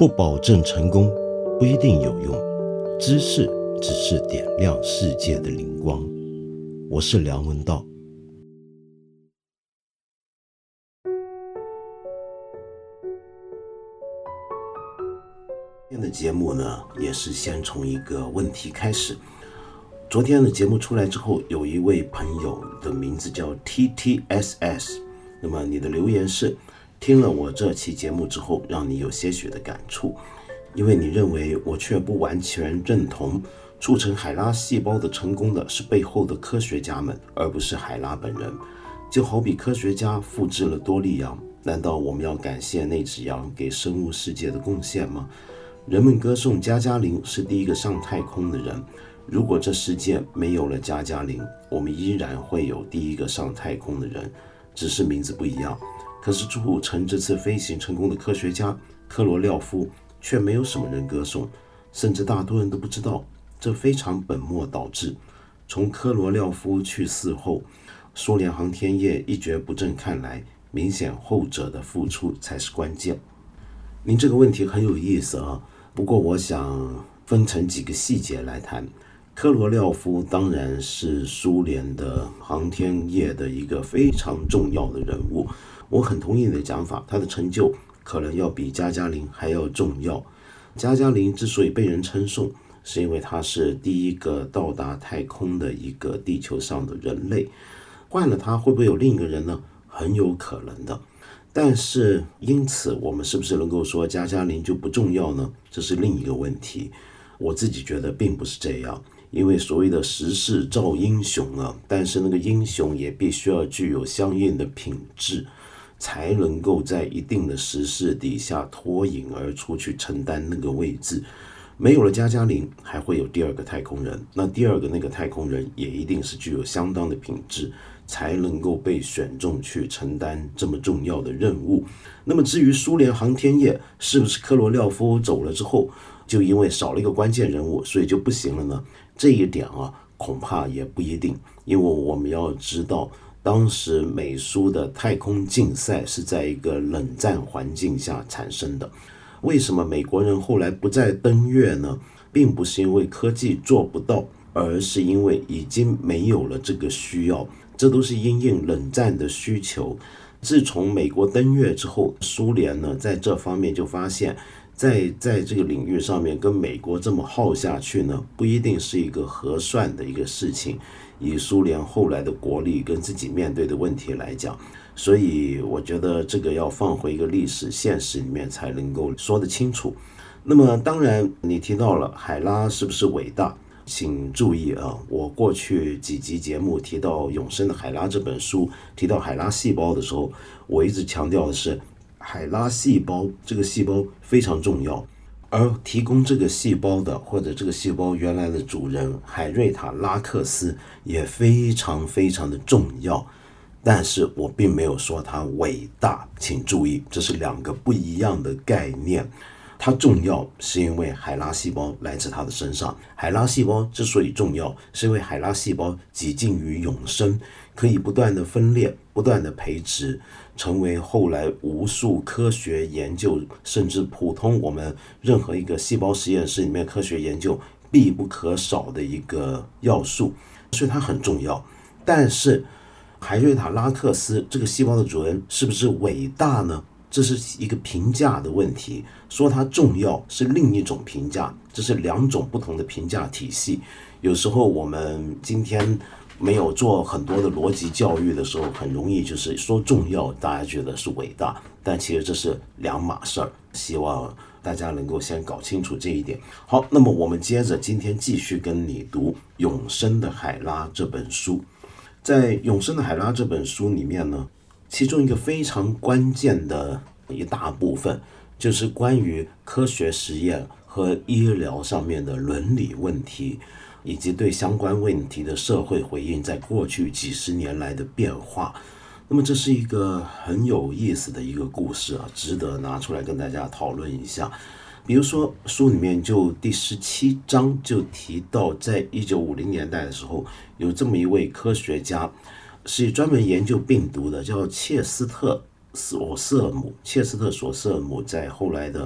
不保证成功，不一定有用。知识只是点亮世界的灵光。我是梁文道。今天的节目呢，也是先从一个问题开始。昨天的节目出来之后，有一位朋友的名字叫 TTSS， 那么你的留言是：听了我这期节目之后，让你有些许的感触，因为你认为我却不完全认同，促成海拉细胞的成功的是背后的科学家们，而不是海拉本人。就好比科学家复制了多利羊，难道我们要感谢那只羊给生物世界的贡献吗？人们歌颂加加林是第一个上太空的人，如果这世界没有了加加林，我们依然会有第一个上太空的人，只是名字不一样。可是促成这次飞行成功的科学家科罗廖夫却没有什么人歌颂，甚至大多人都不知道，这非常本末倒置。从科罗廖夫去世后，苏联航天业一蹶不振看来，明显后者的付出才是关键。您这个问题很有意思啊，不过我想分成几个细节来谈。科罗廖夫当然是苏联的航天业的一个非常重要的人物，我很同意你的讲法，他的成就可能要比加加林还要重要。加加林之所以被人称颂，是因为他是第一个到达太空的一个地球上的人类，换了他会不会有另一个人呢？很有可能的。但是因此我们是不是能够说加加林就不重要呢？这是另一个问题。我自己觉得并不是这样，因为所谓的时势造英雄啊，但是那个英雄也必须要具有相应的品质，才能够在一定的时势底下脱颖而出去承担那个位置。没有了加加林，还会有第二个太空人，那第二个那个太空人也一定是具有相当的品质，才能够被选中去承担这么重要的任务。那么至于苏联航天业是不是科罗廖夫走了之后，就因为少了一个关键人物，所以就不行了呢？这一点啊，恐怕也不一定，因为我们要知道，当时美苏的太空竞赛是在一个冷战环境下产生的。为什么美国人后来不再登月呢？并不是因为科技做不到，而是因为已经没有了这个需要，这都是因应冷战的需求。自从美国登月之后，苏联呢在这方面就发现，在这个领域上面跟美国这么耗下去呢，不一定是一个合算的一个事情。以苏联后来的国力跟自己面对的问题来讲，所以我觉得这个要放回一个历史现实里面才能够说得清楚。那么当然你提到了海拉是不是伟大，请注意啊，我过去几集节目提到《永生的海拉》这本书，提到海拉细胞的时候，我一直强调的是海拉细胞这个细胞非常重要，而提供这个细胞的或者这个细胞原来的主人海瑞塔拉克斯也非常非常的重要，但是我并没有说它伟大，请注意，这是两个不一样的概念。它重要是因为海拉细胞来自它的身上，海拉细胞之所以重要，是因为海拉细胞几近于永生，可以不断的分裂，不断的培植，成为后来无数科学研究，甚至普通我们任何一个细胞实验室里面科学研究必不可少的一个要素，所以它很重要。但是海瑞塔拉克斯这个细胞的主人是不是伟大呢？这是一个评价的问题，说它重要是另一种评价，这是两种不同的评价体系。有时候我们今天没有做很多的逻辑教育的时候，很容易就是说重要，大家觉得是伟大，但其实这是两码事儿。希望大家能够先搞清楚这一点。好，那么我们接着今天继续跟你读《永生的海拉》这本书。在《永生的海拉》这本书里面呢，其中一个非常关键的一大部分，就是关于科学实验和医疗上面的伦理问题，以及对相关问题的社会回应在过去几十年来的变化。那么这是一个很有意思的一个故事啊，值得拿出来跟大家讨论一下。比如说书里面就第17章就提到，在1950年代的时候，有这么一位科学家，是专门研究病毒的，叫切斯特索瑟姆。在后来的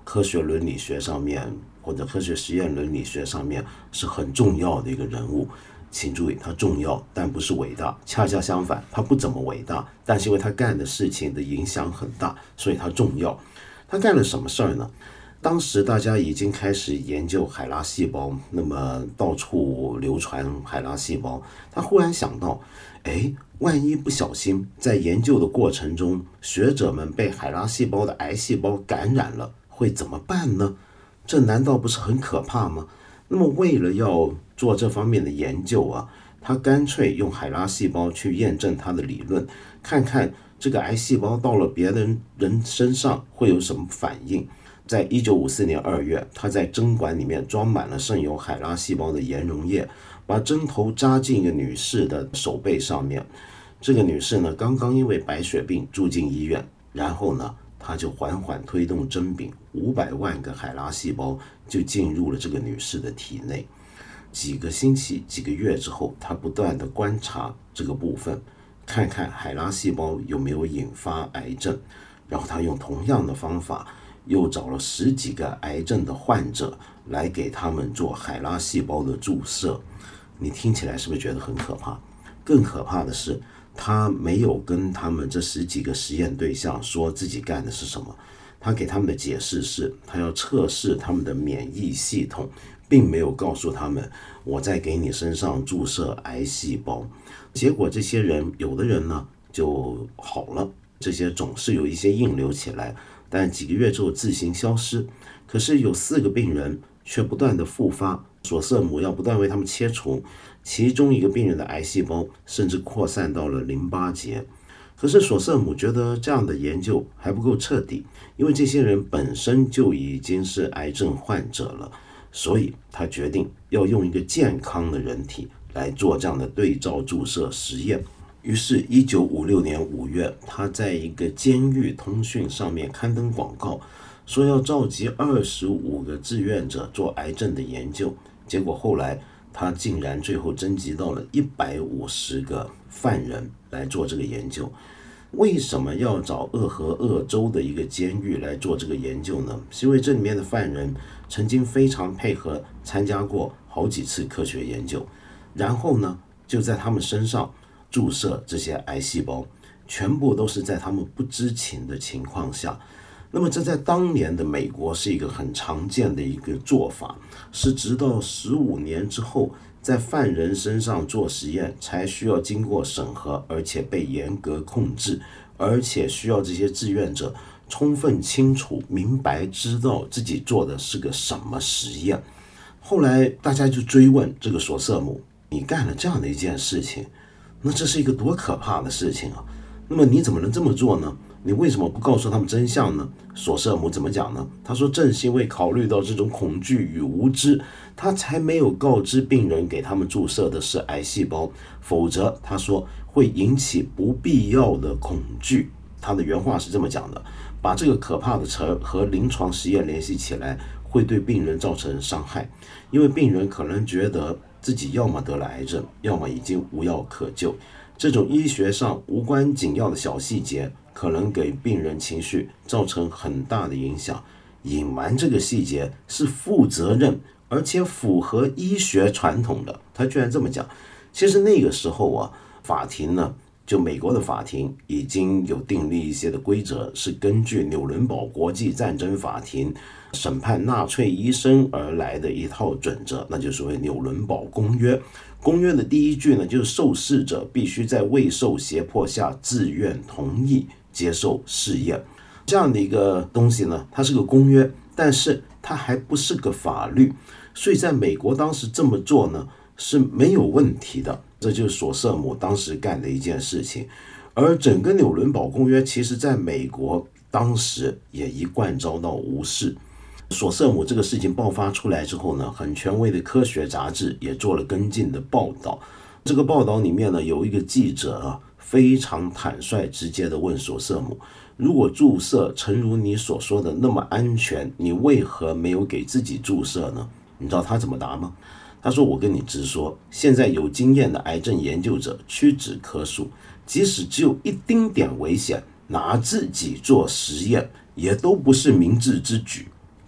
科学伦理学上面或者科学实验伦理学上面是很重要的一个人物。请注意，他重要但不是伟大，恰恰相反，他不怎么伟大，但是因为他干的事情的影响很大，所以他重要。他干了什么事儿呢？当时大家已经开始研究海拉细胞，那么到处流传海拉细胞。他忽然想到，万一不小心在研究的过程中，学者们被海拉细胞的癌细胞感染了，会怎么办呢？这难道不是很可怕吗？那么为了要做这方面的研究啊，他干脆用海拉细胞去验证他的理论，看看这个癌细胞到了别人身上会有什么反应。在1954年2月，他在针管里面装满了渗有海拉细胞的盐溶液，把针头扎进一个女士的手背上面。这个女士呢，刚刚因为白血病住进医院，然后呢，他就缓缓推动针柄，500万个海拉细胞就进入了这个女士的体内。几个星期、几个月之后，他不断的观察这个部分，看看海拉细胞有没有引发癌症。然后他用同样的方法，又找了10几个癌症的患者来给他们做海拉细胞的注射。你听起来是不是觉得很可怕？更可怕的是，他没有跟他们这10几个实验对象说自己干的是什么。他给他们的解释是，他要测试他们的免疫系统，并没有告诉他们我在给你身上注射癌细胞。结果这些人，有的人呢就好了，这些总是有一些硬留起来，但几个月之后自行消失。可是有4个病人却不断的复发，索瑟姆要不断为他们切除，其中一个病人的癌细胞甚至扩散到了淋巴结。可是索瑟姆觉得这样的研究还不够彻底，因为这些人本身就已经是癌症患者了，所以他决定要用一个健康的人体来做这样的对照注射实验。于是1956年5月，他在一个监狱通讯上面刊登广告，说要召集25个志愿者做癌症的研究。结果后来他竟然最后征集到了150个犯人来做这个研究。为什么要找俄亥俄州的一个监狱来做这个研究呢？是因为这里面的犯人曾经非常配合，参加过好几次科学研究，然后呢，就在他们身上注射这些癌细胞，全部都是在他们不知情的情况下。那么这在当年的美国是一个很常见的一个做法，是直到15年之后，在犯人身上做实验才需要经过审核，而且被严格控制，而且需要这些志愿者充分清楚明白知道自己做的是个什么实验。后来大家就追问这个索瑟姆，你干了这样的一件事情，那这是一个多可怕的事情啊，那么你怎么能这么做呢？你为什么不告诉他们真相呢？索瑟姆怎么讲呢？他说，正是因为考虑到这种恐惧与无知，他才没有告知病人给他们注射的是癌细胞，否则他说会引起不必要的恐惧。他的原话是这么讲的，把这个可怕的词和临床实验联系起来，会对病人造成伤害，因为病人可能觉得自己要么得了癌症，要么已经无药可救。这种医学上无关紧要的小细节，可能给病人情绪造成很大的影响。隐瞒这个细节是负责任而且符合医学传统的。他居然这么讲。其实那个时候啊，法庭呢，就美国的法庭已经有订立一些的规则，是根据纽伦堡国际战争法庭审判纳粹医生而来的一套准则，那就是所谓纽伦堡公约。公约的第1句呢，就是受试者必须在未受胁迫下自愿同意接受试验。这样的一个东西呢，它是个公约，但是它还不是个法律，所以在美国当时这么做呢是没有问题的。这就是索瑟姆当时干的一件事情。而整个纽伦堡公约其实在美国当时也一贯遭到无视。索瑟姆这个事情爆发出来之后呢，很权威的科学杂志也做了跟进的报道。这个报道里面呢，有一个记者非常坦率直接的问索瑟姆，如果注射诚如你所说的那么安全，你为何没有给自己注射呢？你知道他怎么答吗？他说，我跟你直说，现在有经验的癌症研究者屈指可数，即使只有一丁点危险，拿自己做实验也都不是明智之举。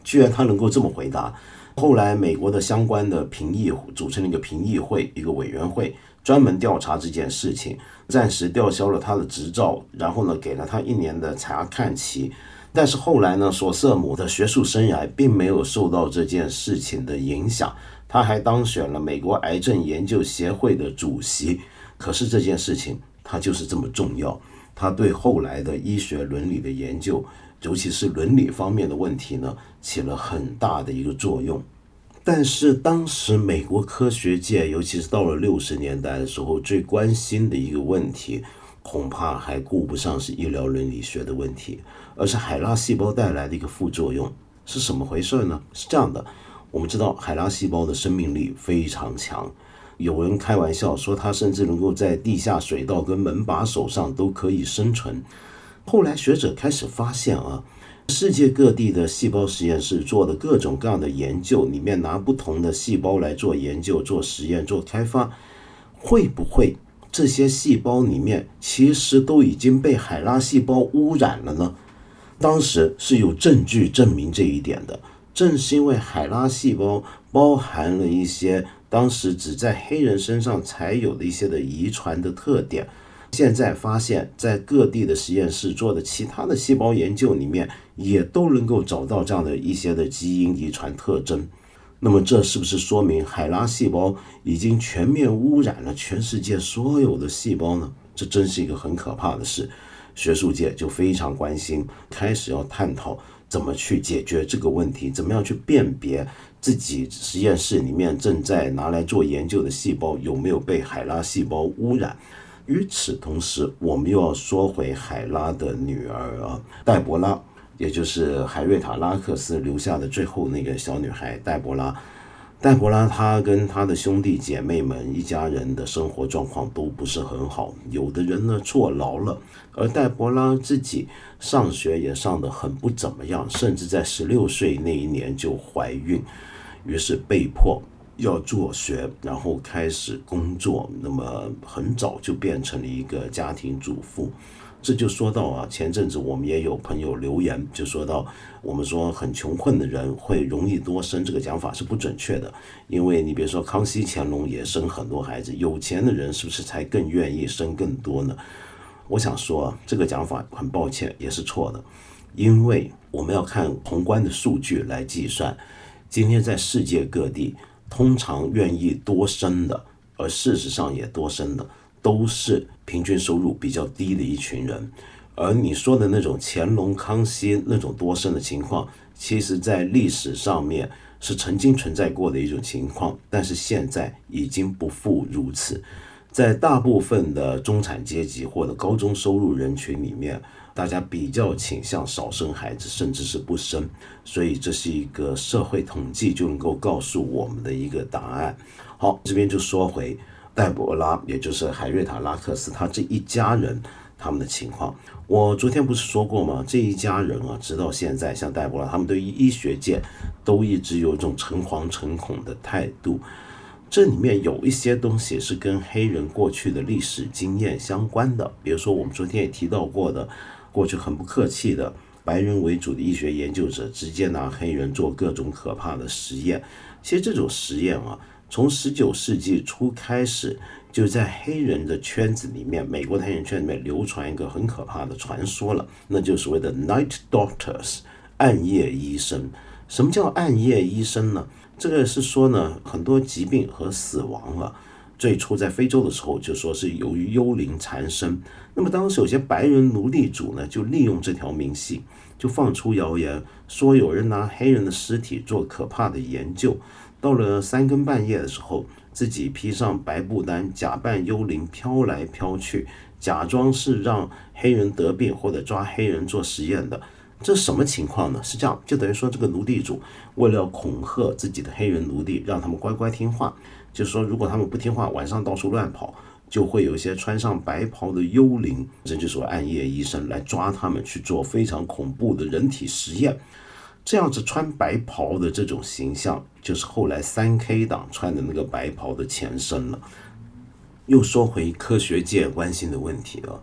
居然他能够这么回答。后来美国的相关的评议组成了一个评议会，一个委员会，专门调查这件事情，暂时吊销了他的执照，然后呢给了他1年的查看期。但是后来呢，索瑟姆的学术生涯并没有受到这件事情的影响，他还当选了美国癌症研究协会的主席。可是这件事情它就是这么重要，它对后来的医学伦理的研究，尤其是伦理方面的问题呢，起了很大的一个作用。但是当时美国科学界，尤其是到了60年代的时候，最关心的一个问题，恐怕还顾不上是医疗伦理学的问题，而是海拉细胞带来的一个副作用。是什么回事呢？是这样的，我们知道海拉细胞的生命力非常强，有人开玩笑说它甚至能够在地下水道跟门把手上都可以生存。后来学者开始发现世界各地的细胞实验室做的各种各样的研究，里面拿不同的细胞来做研究、做实验、做开发，会不会这些细胞里面其实都已经被海拉细胞污染了呢？当时是有证据证明这一点的，正是因为海拉细胞包含了一些当时只在黑人身上才有的一些的遗传的特点，现在发现在各地的实验室做的其他的细胞研究里面也都能够找到这样的一些的基因遗传特征。那么这是不是说明海拉细胞已经全面污染了全世界所有的细胞呢？这真是一个很可怕的事。学术界就非常关心，开始要探讨怎么去解决这个问题，怎么样去辨别自己实验室里面正在拿来做研究的细胞有没有被海拉细胞污染。与此同时，我们又要说回海拉的女儿黛博拉，也就是海瑞塔拉克斯留下的最后那个小女孩黛博拉。黛博拉她跟她的兄弟姐妹们一家人的生活状况都不是很好，有的人呢坐牢了，而黛博拉自己上学也上得很不怎么样，甚至在16岁那一年就怀孕，于是被迫要辍学，然后开始工作，那么很早就变成了一个家庭主妇。这就说到前阵子我们也有朋友留言，就说到我们说很穷困的人会容易多生，这个讲法是不准确的，因为你比如说康熙、乾隆也生很多孩子，有钱的人是不是才更愿意生更多呢？我想说这个讲法很抱歉也是错的，因为我们要看宏观的数据来计算，今天在世界各地通常愿意多生的，而事实上也多生的，都是平均收入比较低的一群人。而你说的那种乾隆、康熙那种多生的情况，其实在历史上面是曾经存在过的一种情况，但是现在已经不复如此。在大部分的中产阶级或者高中收入人群里面，大家比较倾向少生孩子，甚至是不生，所以这是一个社会统计就能够告诉我们的一个答案。好，这边就说回黛博拉，也就是海瑞塔拉克斯他这一家人他们的情况。我昨天不是说过吗？这一家人直到现在，像黛博拉他们对于医学界都一直有一种诚惶诚恐的态度。这里面有一些东西是跟黑人过去的历史经验相关的，比如说我们昨天也提到过的，过去很不客气的白人为主的医学研究者直接拿黑人做各种可怕的实验。其实这种实验从19世纪初开始，就在黑人的圈子里面，美国的黑人圈里面流传一个很可怕的传说了，那就是所谓的 night doctors 暗夜医生。什么叫暗夜医生呢？这个是说呢，很多疾病和死亡最初在非洲的时候就说是由于幽灵缠身。那么当时有些白人奴隶主呢，就利用这条明细，就放出谣言，说有人拿黑人的尸体做可怕的研究。到了3更半夜的时候，自己披上白布单，假扮幽灵飘来飘去，假装是让黑人得病或者抓黑人做实验的。这是什么情况呢？是这样，就等于说这个奴隶主为了要恐吓自己的黑人奴隶，让他们乖乖听话，就是说如果他们不听话，晚上到处乱跑，就会有一些穿上白袍的幽灵，这就是暗夜医生来抓他们去做非常恐怖的人体实验。这样子穿白袍的这种形象，就是后来3K 党穿的那个白袍的前身了。又说回科学界关心的问题了，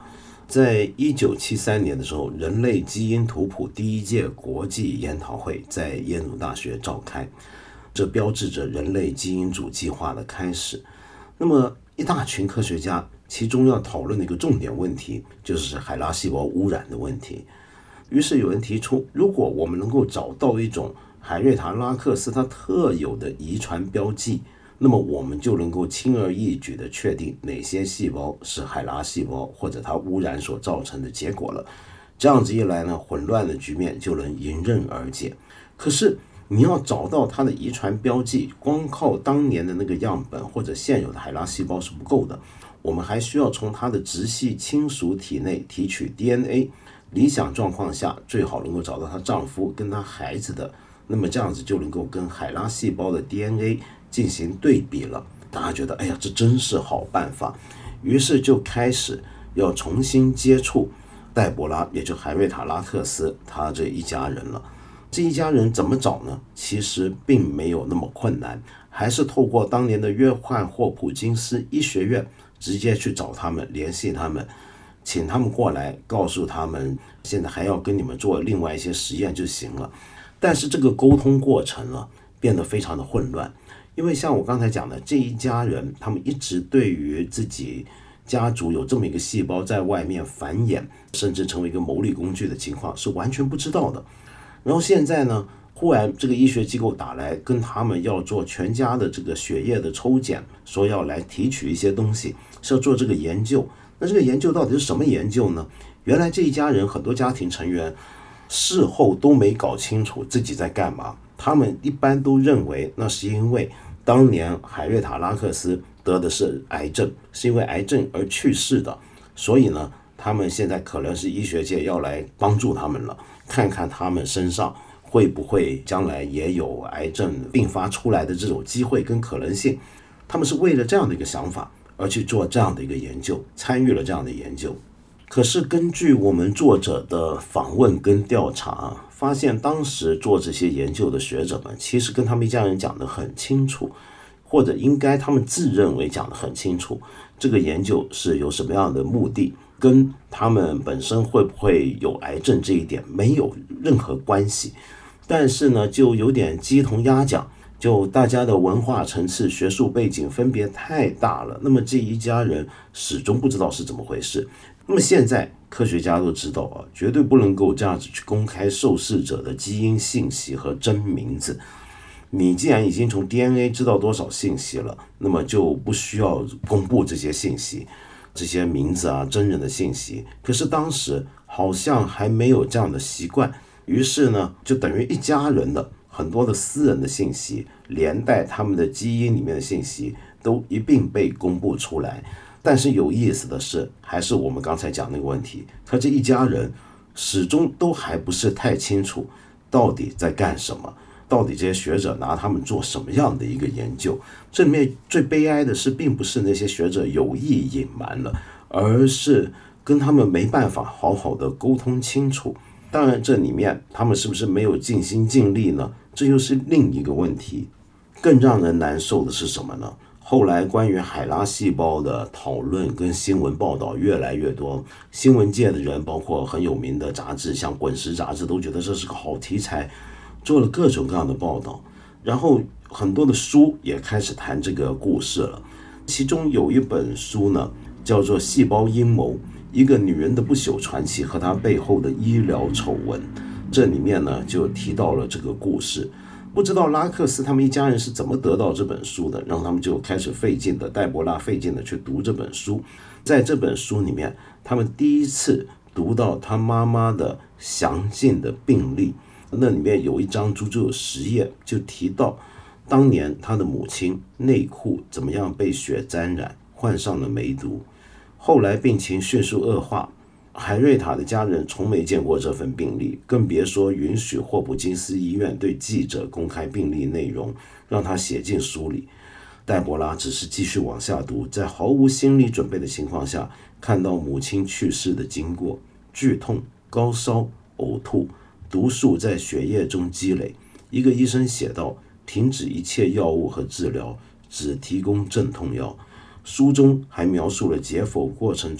在1973年的时候，人类基因图谱第一届国际研讨会在耶鲁大学召开，这标志着人类基因组计划的开始。那么一大群科学家，其中要讨论的一个重点问题就是海拉细胞污染的问题。于是有人提出，如果我们能够找到一种海瑞塔拉克斯它特有的遗传标记，那么我们就能够轻而易举地确定哪些细胞是海拉细胞或者它污染所造成的结果了。这样子一来呢，混乱的局面就能迎刃而解。可是你要找到它的遗传标记，光靠当年的那个样本或者现有的海拉细胞是不够的，我们还需要从它的直系亲属体内提取 DNA， 理想状况下最好能够找到她丈夫跟她孩子的，那么这样子就能够跟海拉细胞的 DNA 进行对比了。大家觉得，哎呀，这真是好办法，于是就开始要重新接触黛博拉，也就海瑞塔拉克斯他这一家人了。这一家人怎么找呢？其实并没有那么困难，还是透过当年的约翰霍普金斯医学院直接去找他们，联系他们，请他们过来，告诉他们现在还要跟你们做另外一些实验就行了。但是这个沟通过程呢，变得非常的混乱，因为像我刚才讲的，这一家人他们一直对于自己家族有这么一个细胞在外面繁衍，甚至成为一个牟利工具的情况是完全不知道的。然后现在呢，忽然这个医学机构打来，跟他们要做全家的这个血液的抽检，说要来提取一些东西，是要做这个研究。那这个研究到底是什么研究呢？原来这一家人很多家庭成员事后都没搞清楚自己在干嘛，他们一般都认为那是因为当年海瑞塔拉克斯得的是癌症，是因为癌症而去世的，所以呢，他们现在可能是医学界要来帮助他们了，看看他们身上会不会将来也有癌症并发出来的这种机会跟可能性。他们是为了这样的一个想法而去做这样的一个研究，参与了这样的研究。可是根据我们作者的访问跟调查，发现当时做这些研究的学者们其实跟他们一家人讲得很清楚，或者应该他们自认为讲得很清楚，这个研究是有什么样的目的，跟他们本身会不会有癌症这一点没有任何关系。但是呢，就有点鸡同鸭讲，就大家的文化层次、学术背景分别太大了，那么这一家人始终不知道是怎么回事。那么现在科学家都知道啊，绝对不能够这样子去公开受试者的基因信息和真名字。你既然已经从 DNA 知道多少信息了，那么就不需要公布这些信息，这些名字啊、真人的信息。可是当时好像还没有这样的习惯，于是呢，就等于一家人的很多的私人的信息，连带他们的基因里面的信息都一并被公布出来。但是有意思的是，还是我们刚才讲那个问题，他这一家人始终都还不是太清楚到底在干什么，到底这些学者拿他们做什么样的一个研究。这里面最悲哀的是，并不是那些学者有意隐瞒了，而是跟他们没办法好好的沟通清楚。当然这里面他们是不是没有尽心尽力呢？这又是另一个问题。更让人难受的是什么呢？后来关于海拉细胞的讨论跟新闻报道越来越多，新闻界的人包括很有名的杂志，像《滚石》杂志都觉得这是个好题材，做了各种各样的报道，然后很多的书也开始谈这个故事了。其中有一本书呢，叫做《细胞阴谋：一个女人的不朽传奇和她背后的医疗丑闻》，这里面呢就提到了这个故事。不知道拉克斯他们一家人是怎么得到这本书的，让他们就开始费劲的，黛博拉费劲的去读这本书。在这本书里面，他们第一次读到他妈妈的详尽的病历，那里面有一张足足有10页，就提到当年他的母亲内裤怎么样被血沾染，患上了梅毒，后来病情迅速恶化。海瑞塔的家人从没见过这份病历，更别说允许霍普金斯医院对记者公开病历内容，让他写进书里。黛博拉只是继续往下读，在毫无心理准备的情况下，看到母亲去世的经过：剧痛、高烧、呕吐、毒素在血液中积累。一个医生写道：停止一切药物和治疗，只提供镇痛药。书中还描述了解剖过程中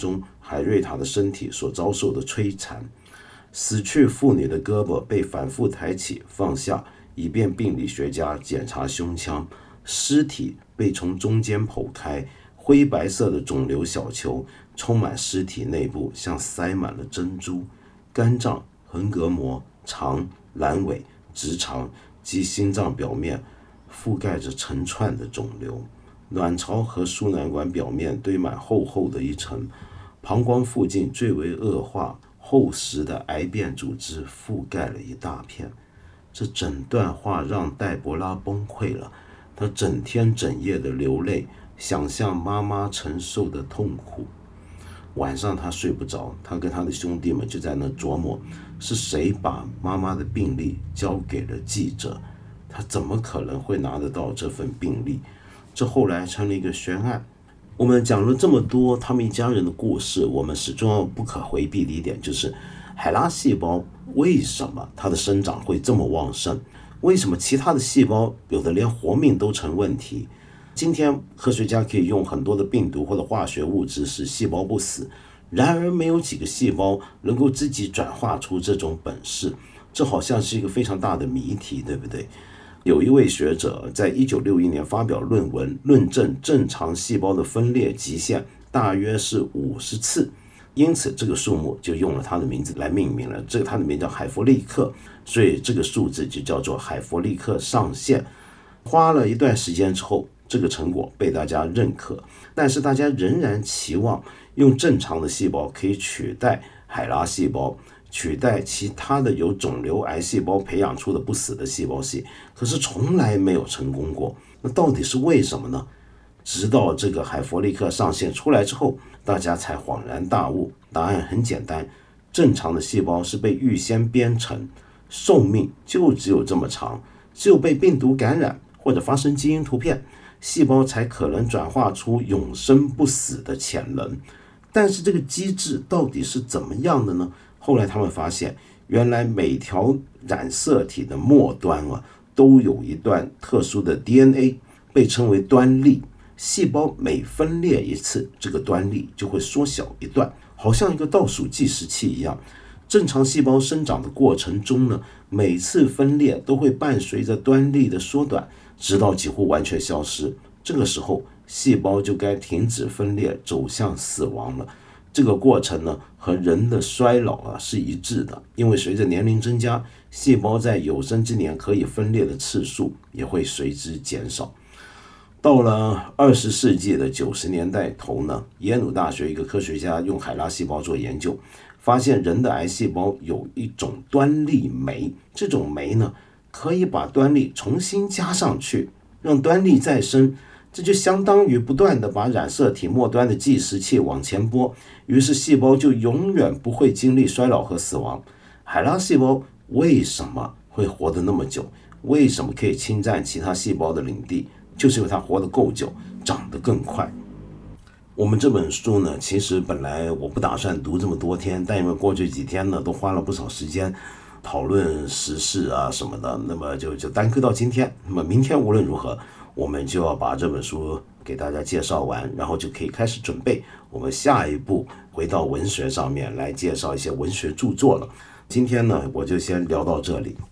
海瑞塔的身体所遭受的摧残。死去妇女的胳膊被反复抬起放下，以便病理学家检查胸腔。尸体被从中间剖开，灰白色的肿瘤小球充满尸体内部，像塞满了珍珠。肝脏、横膈膜、肠、阑尾、直肠及心脏表面覆盖着成串的肿瘤。卵巢和输卵管表面堆满厚厚的一层，膀胱附近最为恶化，厚实的癌变组织覆盖了一大片。这整段话让黛博拉崩溃了，她整天整夜的流泪，想象妈妈承受的痛苦。晚上她睡不着，她跟她的兄弟们就在那琢磨，是谁把妈妈的病历交给了记者？她怎么可能会拿得到这份病历？这后来成了一个悬案。我们讲了这么多他们一家人的故事，我们始终要不可回避的一点就是海拉细胞为什么它的生长会这么旺盛？为什么其他的细胞有的连活命都成问题？今天科学家可以用很多的病毒或者化学物质使细胞不死，然而没有几个细胞能够自己转化出这种本事，这好像是一个非常大的谜题，对不对？有一位学者在1961年发表论文，论证正常细胞的分裂极限大约是50次，因此这个数目就用了他的名字来命名了，他的名叫海弗利克，所以这个数字就叫做海弗利克上限。花了一段时间之后，这个成果被大家认可，但是大家仍然期望用正常的细胞可以取代海拉细胞，取代其他的由肿瘤癌细胞培养出的不死的细胞系，可是从来没有成功过。那到底是为什么呢？直到这个海弗利克上限出来之后，大家才恍然大悟，答案很简单，正常的细胞是被预先编程，寿命就只有这么长，只有被病毒感染或者发生基因突变，细胞才可能转化出永生不死的潜能。但是这个机制到底是怎么样的呢？后来他们发现，原来每条染色体的末端都有一段特殊的 DNA， 被称为端粒。细胞每分裂一次，这个端粒就会缩小一段，好像一个倒数计时器一样。正常细胞生长的过程中呢，每次分裂都会伴随着端粒的缩短，直到几乎完全消失。这个时候，细胞就该停止分裂，走向死亡了。这个过程呢，和人的衰老是一致的，因为随着年龄增加，细胞在有生之年可以分裂的次数也会随之减少。到了20世纪的90年代头呢，耶鲁大学一个科学家用海拉细胞做研究，发现人的癌细胞有一种端粒酶，这种酶呢，可以把端粒重新加上去，让端粒再生。这就相当于不断的把染色体末端的计时器往前拨，于是细胞就永远不会经历衰老和死亡。海拉细胞为什么会活得那么久？为什么可以侵占其他细胞的领地？就是因为它活得够久，长得更快。我们这本书呢，其实本来我不打算读这么多天，但因为过去几天呢，都花了不少时间讨论时事什么的，那么就耽搁到今天。那么明天无论如何，我们就要把这本书给大家介绍完，然后就可以开始准备我们下一步回到文学上面来介绍一些文学著作了。今天呢，我就先聊到这里。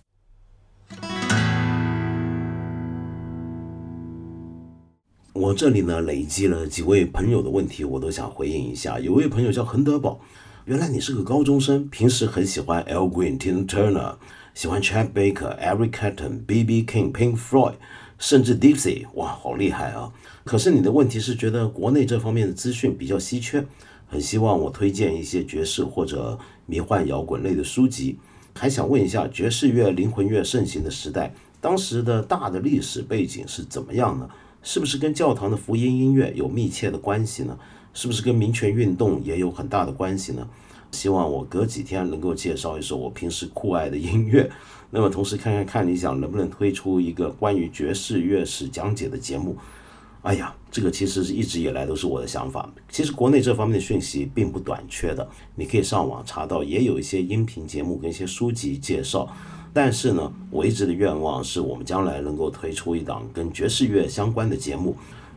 我这里呢累积了几位朋友的问题，我都想回应一下。有位朋友叫恒德堡，原来你是个高中生，平时很喜欢 Al Green、Tina Turner， 喜欢 Chet Baker、Eric Clapton、B.B. King、Pink Floyd， 甚至 Dipsy， 哇，好厉害啊！可是你的问题是觉得国内这方面的资讯比较稀缺，很希望我推荐一些爵士或者迷幻摇滚类的书籍。还想问一下，爵士乐、灵魂乐盛行的时代，当时的大的历史背景是怎么样呢？是不是跟教堂的福音音乐有密切的关系呢？是不是跟民权运动也有很大的关系呢？希望我隔几天能够介绍一首我平时酷爱的音乐，那么同时看理想能不能推出一个关于爵士乐史讲解的节目。哎呀，这个其实是一直以来都是我的想法。其实国内这方面的讯息并不短缺的，你可以上网查到，也有一些音频节目跟一些书籍介绍。但是呢，我一直的愿望是我们将来能够推出一档跟爵士乐相关的节目，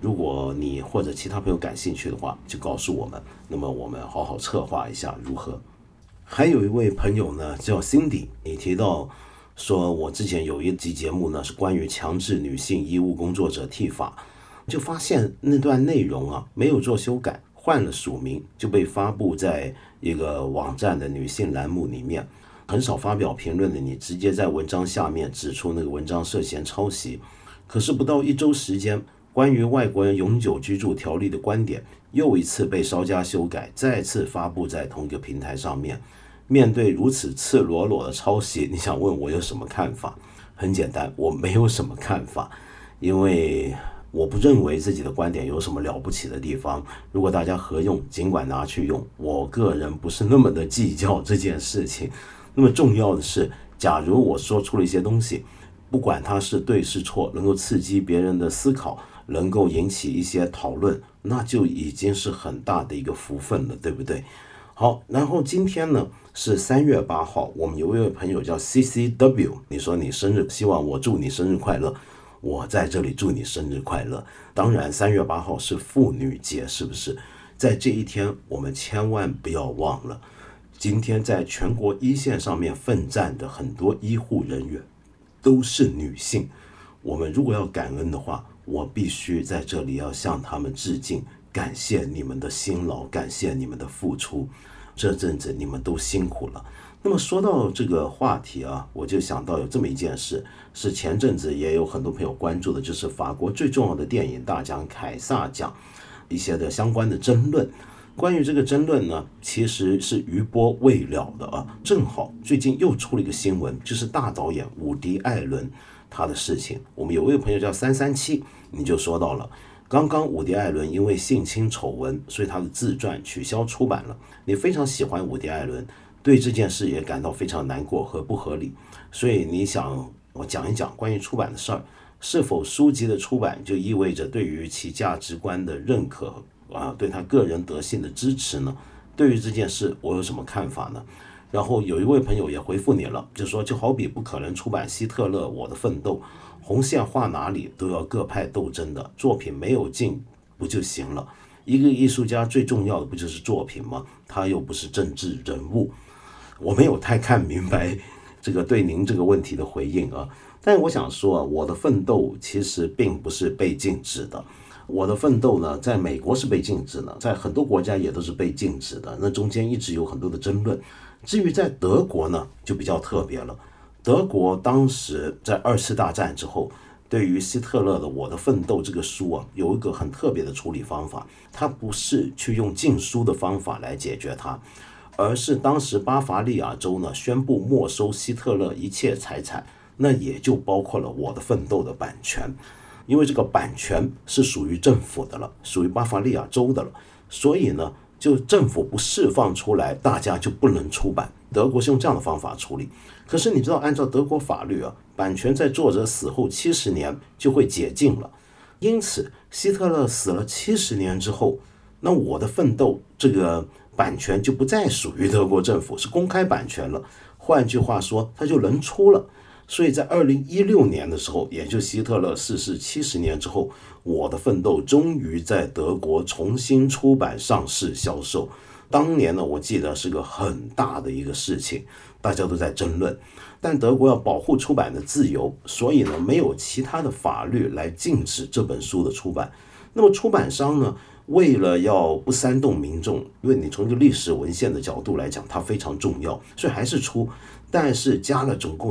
如果你或者其他朋友感兴趣的话，就告诉我们，那么我们好好策划一下如何。还有一位朋友呢叫 Cindy， 你提到说我之前有一集节目呢是关于强制女性医务工作者剃发，就发现那段内容啊没有做修改，换了署名就被发布在一个网站的女性栏目里面，很少发表评论的你直接在文章下面指出那个文章涉嫌抄袭。可是不到1周时间，关于外国人永久居住条例的观点又一次被稍加修改，再次发布在同一个平台上面。面对如此赤裸裸的抄袭，你想问我有什么看法？很简单，我没有什么看法，因为我不认为自己的观点有什么了不起的地方。如果大家合用，尽管拿去用，我个人不是那么的计较这件事情。那么重要的是，假如我说出了一些东西，不管它是对是错，能够刺激别人的思考，能够引起一些讨论，那就已经是很大的一个福分了，对不对？好，然后今天呢是3月8号，我们有一位朋友叫 CCW， 你说你生日，希望我祝你生日快乐，我在这里祝你生日快乐。当然3月8号是妇女节，是不是？在这一天我们千万不要忘了，今天在全国一线上面奋战的很多医护人员都是女性，我们如果要感恩的话，我必须在这里要向他们致敬，感谢你们的辛劳，感谢你们的付出，这阵子你们都辛苦了。那么说到这个话题啊，我就想到有这么一件事，是前阵子也有很多朋友关注的，就是法国最重要的电影大奖凯撒奖一些的相关的争论。关于这个争论呢，其实是余波未了的啊。正好最近又出了一个新闻，就是大导演伍迪·艾伦他的事情。我们有位朋友叫337，你就说到了，刚刚伍迪·艾伦因为性侵丑闻，所以他的自传取消出版了。你非常喜欢伍迪·艾伦，对这件事也感到非常难过和不合理，所以你想我讲一讲关于出版的事儿。是否书籍的出版就意味着对于其价值观的认可对他个人德性的支持呢？对于这件事我有什么看法呢？然后有一位朋友也回复你了，就说就好比不可能出版希特勒我的奋斗，红线画哪里都要各派斗争的，作品没有进不就行了？一个艺术家最重要的不就是作品吗？他又不是政治人物。我没有太看明白这个对您这个问题的回应啊，但我想说我的奋斗其实并不是被禁止的。我的奋斗呢，在美国是被禁止的，在很多国家也都是被禁止的，那中间一直有很多的争论。至于在德国呢，就比较特别了。德国当时在2次大战之后，对于希特勒的《我的奋斗》这个书啊，有一个很特别的处理方法，它不是去用禁书的方法来解决它，而是当时巴伐利亚州呢宣布没收希特勒一切财产，那也就包括了《我的奋斗》的版权。因为这个版权是属于政府的了，属于巴伐利亚州的了，所以呢，就政府不释放出来，大家就不能出版。德国是用这样的方法处理。可是你知道，按照德国法律啊，版权在作者死后70年就会解禁了。因此，希特勒死了70年之后，那我的奋斗这个版权就不再属于德国政府，是公开版权了。换句话说，它就能出了。所以在2016年的时候，也就希特勒逝世70年之后，我的奋斗终于在德国重新出版上市销售。当年呢，我记得是个很大的一个事情，大家都在争论。但德国要保护出版的自由，所以呢，没有其他的法律来禁止这本书的出版。那么出版商呢，为了要不煽动民众，因为你从一个历史文献的角度来讲，它非常重要，所以还是出。但是加了总共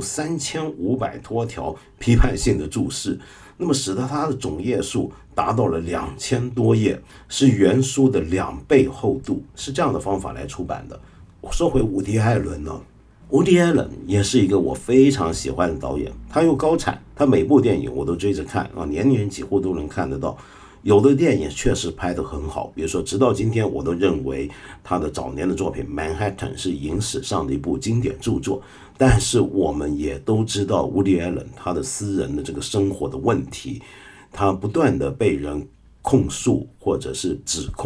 3500多条批判性的注释，那么使得它的总页数达到了2000多页，是原书的2倍厚度，是这样的方法来出版的。说回伍迪·艾伦呢，伍迪·艾伦也是一个我非常喜欢的导演，他又高产，他每部电影我都追着看啊，年年几乎都能看得到。有的电影确实拍得很好，比如说直到今天我都认为他的早年的作品《Manhattan》是影史上的一部经典著作。但是我们也都知道伍迪·艾伦他的私人的这个生活的问题，他不断的被人控诉或者是指控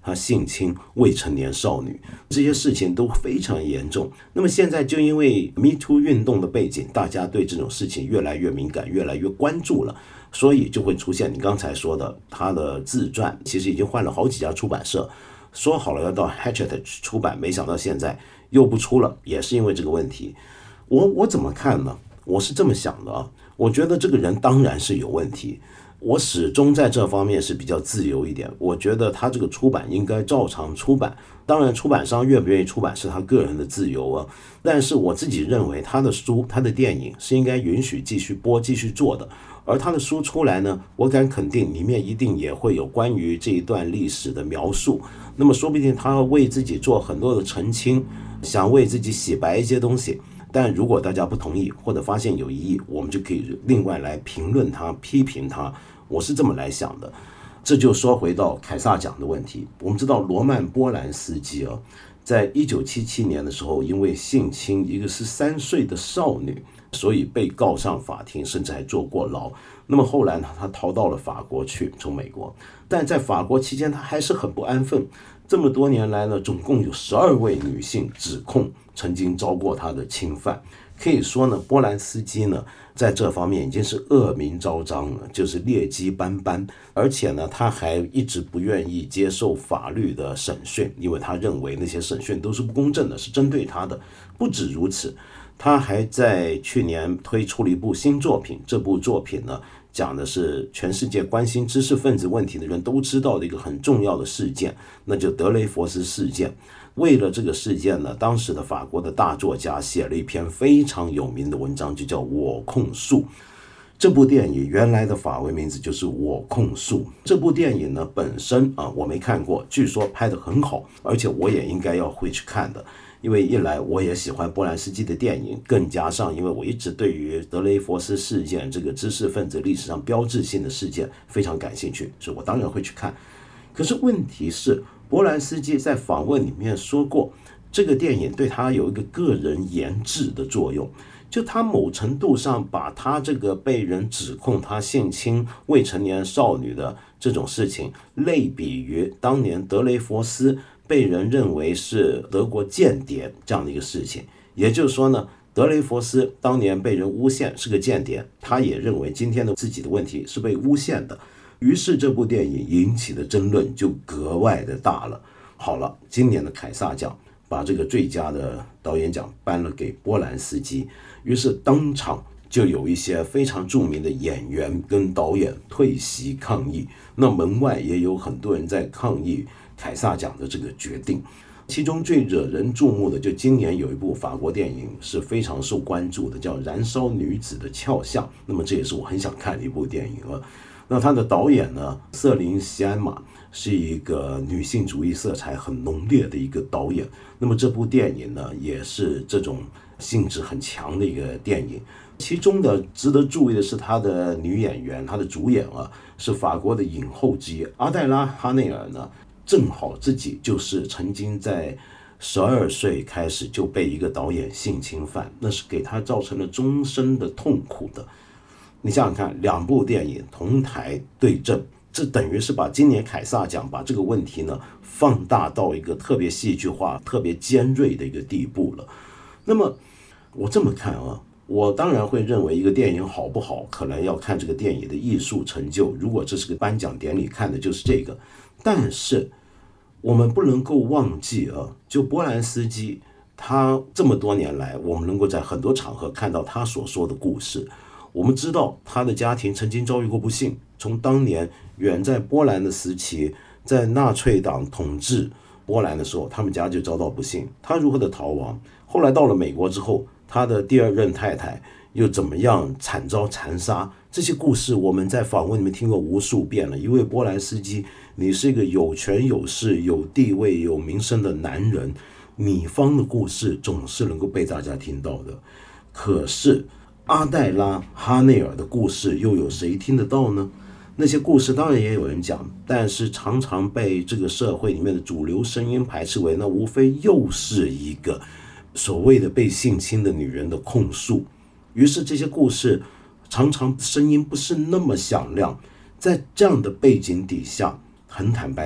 他性侵未成年少女，这些事情都非常严重。那么现在就因为 Me Too 运动的背景，大家对这种事情越来越敏感，越来越关注了，所以就会出现你刚才说的他的自传，其实已经换了好几家出版社，说好了要到 Hachette 出版，没想到现在又不出了，也是因为这个问题。我怎么看呢？我是这么想的啊，我觉得这个人当然是有问题，我始终在这方面是比较自由一点，我觉得他这个出版应该照常出版，当然出版商愿不愿意出版是他个人的自由啊，但是我自己认为他的书他的电影是应该允许继续播继续做的，而他的书出来呢，我敢肯定里面一定也会有关于这一段历史的描述，那么说不定他为自己做很多的澄清，想为自己洗白一些东西，但如果大家不同意或者发现有异议，我们就可以另外来评论他批评他，我是这么来想的。这就说回到凯撒奖的问题，我们知道罗曼波兰斯基啊，在1977年的时候因为性侵一个13岁的少女，所以被告上法庭，甚至还坐过牢。那么后来呢，他逃到了法国去，从美国，但在法国期间他还是很不安分。这么多年来呢，总共有12位女性指控曾经遭过他的侵犯。可以说呢，波兰斯基呢在这方面已经是恶名昭彰了，就是劣迹斑斑，而且呢他还一直不愿意接受法律的审讯，因为他认为那些审讯都是不公正的，是针对他的。不止如此，他还在去年推出了一部新作品，这部作品呢讲的是全世界关心知识分子问题的人都知道的一个很重要的事件，那就德雷福斯事件。为了这个事件呢，当时的法国的大作家写了一篇非常有名的文章，就叫《我控诉》。这部电影原来的法文名字就是《我控诉》。这部电影呢本身我没看过，据说拍得很好，而且我也应该要回去看的。因为一来我也喜欢波兰斯基的电影，更加上因为我一直对于德雷福斯事件这个知识分子历史上标志性的事件非常感兴趣，所以我当然会去看。可是问题是，波兰斯基在访问里面说过，这个电影对他有一个个人研制的作用，就他某程度上把他这个被人指控他性侵未成年少女的这种事情类比于当年德雷福斯被人认为是德国间谍这样的一个事情。也就是说呢，德雷福斯当年被人诬陷是个间谍，他也认为今天的自己的问题是被诬陷的，于是这部电影引起的争论就格外的大了。好了，今年的凯撒奖把这个最佳的导演奖颁了给波兰斯基，于是当场就有一些非常著名的演员跟导演退席抗议，那门外也有很多人在抗议凯撒奖的这个决定。其中最惹人注目的，就今年有一部法国电影是非常受关注的，叫《燃烧女子的肖像》，那么这也是我很想看的一部电影了。那他的导演呢，瑟琳·席安玛是一个女性主义色彩很浓烈的一个导演，那么这部电影呢也是这种性质很强的一个电影。其中的值得注意的是他的女演员，他的主演是法国的影后之一阿黛拉·哈内尔呢，正好自己就是曾经在12岁开始就被一个导演性侵犯，那是给他造成了终身的痛苦的。你想想看，两部电影同台对阵，这等于是把今年凯撒奖把这个问题呢放大到一个特别戏剧化、特别尖锐的一个地步了。那么我这么看我当然会认为一个电影好不好，可能要看这个电影的艺术成就。如果这是个颁奖典礼，看的就是这个。但是我们不能够忘记就波兰斯基他这么多年来，我们能够在很多场合看到他所说的故事。我们知道他的家庭曾经遭遇过不幸，从当年远在波兰的时期，在纳粹党统治波兰的时候，他们家就遭到不幸，他如何的逃亡，后来到了美国之后，他的第二任太太又怎么样惨遭残杀，这些故事我们在访问里面听过无数遍了。一位波兰斯基，你是一个有权有势有地位有名声的男人，你方的故事总是能够被大家听到的。可是阿黛拉·哈内尔的故事又有谁听得到呢？那些故事当然也有人讲，但是常常被这个社会里面的主流声音排斥为那无非又是一个所谓的被性侵的女人的控诉。于是这些故事常常声音不是那么响亮。在这样的背景底下，很坦白讲，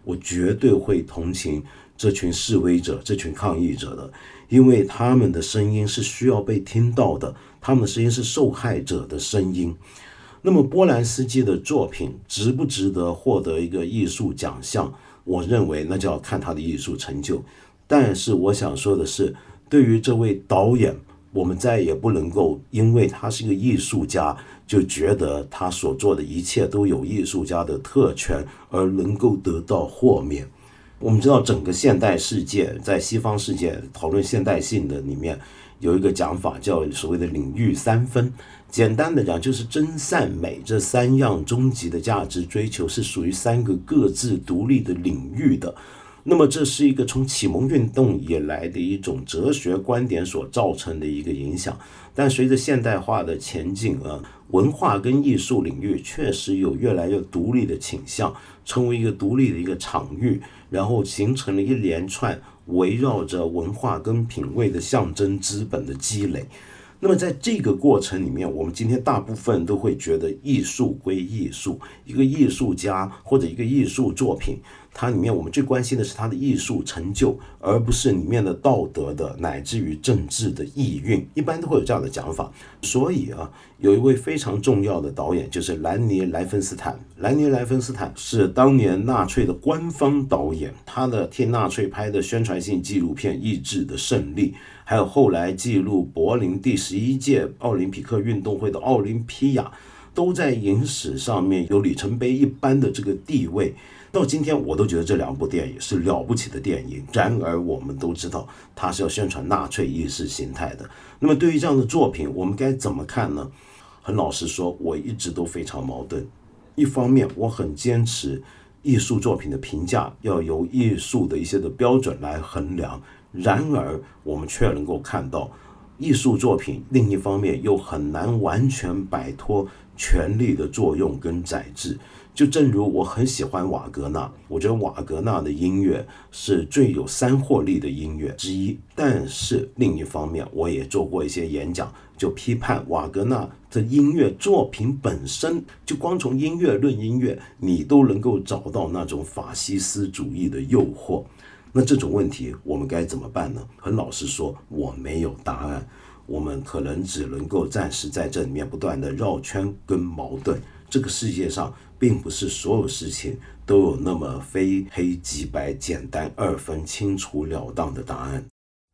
我绝对会同情这群示威者、这群抗议者的，因为他们的声音是需要被听到的，他们的声音是受害者的声音。那么波兰斯基的作品值不值得获得一个艺术奖项？我认为那就要看他的艺术成就。但是我想说的是，对于这位导演，我们再也不能够因为他是一个艺术家，就觉得他所做的一切都有艺术家的特权而能够得到豁免。我们知道整个现代世界，在西方世界讨论现代性的里面，有一个讲法叫所谓的领域三分。简单的讲，就是真善美这三样终极的价值追求是属于三个各自独立的领域的。那么这是一个从启蒙运动以来的一种哲学观点所造成的一个影响。但随着现代化的前进文化跟艺术领域确实有越来越独立的倾向，成为一个独立的一个场域，然后形成了一连串围绕着文化跟品味的象征资本的积累。那么在这个过程里面，我们今天大部分都会觉得艺术归艺术，一个艺术家或者一个艺术作品，它里面我们最关心的是它的艺术成就，而不是里面的道德的乃至于政治的意蕴，一般都会有这样的讲法。所以有一位非常重要的导演就是兰尼·莱芬斯坦。兰尼·莱芬斯坦是当年纳粹的官方导演，他的替纳粹拍的宣传性纪录片《意志的胜利》，还有后来记录柏林第11届奥林匹克运动会的奥林匹亚，都在影史上面有里程碑一般的这个地位。到今天我都觉得这两部电影是了不起的电影，然而我们都知道它是要宣传纳粹意识形态的。那么对于这样的作品，我们该怎么看呢？很老实说，我一直都非常矛盾。一方面我很坚持艺术作品的评价要由艺术的一些的标准来衡量，然而我们却能够看到艺术作品另一方面又很难完全摆脱权力的作用跟宰制。就正如我很喜欢瓦格纳，我觉得瓦格纳的音乐是最有煽惑力的音乐之一，但是另一方面我也做过一些演讲，就批判瓦格纳的音乐作品本身，就光从音乐论音乐，你都能够找到那种法西斯主义的诱惑。那这种问题我们该怎么办呢？很老实说，我没有答案，我们可能只能够暂时在这里面不断的绕圈跟矛盾。这个世界上并不是所有事情都有那么非黑即白、简单二分清楚了当的答案。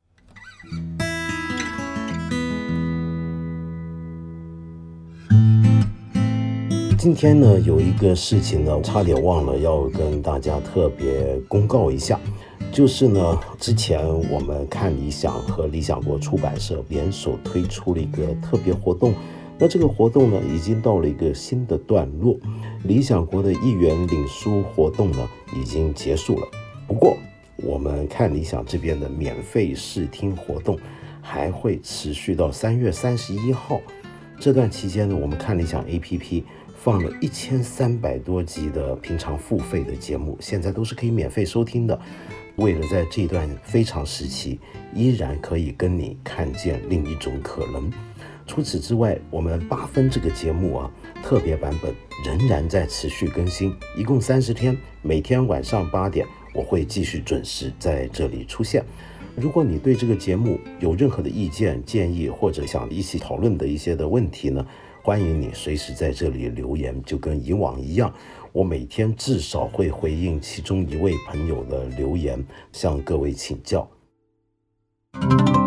今天呢，有一个事情呢，差点忘了要跟大家特别公告一下，就是呢，之前我们看理想和理想国出版社联手推出了一个特别活动。那这个活动呢，已经到了一个新的段落。理想国的1元领书活动呢，已经结束了。不过，我们看理想这边的免费试听活动还会持续到3月31号。这段期间呢，我们看理想 APP 放了1300多集的平常付费的节目，现在都是可以免费收听的。为了在这段非常时期，依然可以跟你看见另一种可能。除此之外，我们8分这个节目特别版本仍然在持续更新，一共30天，每天晚上8点，我会继续准时在这里出现。如果你对这个节目有任何的意见建议，或者想一起讨论的一些的问题呢，欢迎你随时在这里留言，就跟以往一样，我每天至少会回应其中一位朋友的留言，向各位请教。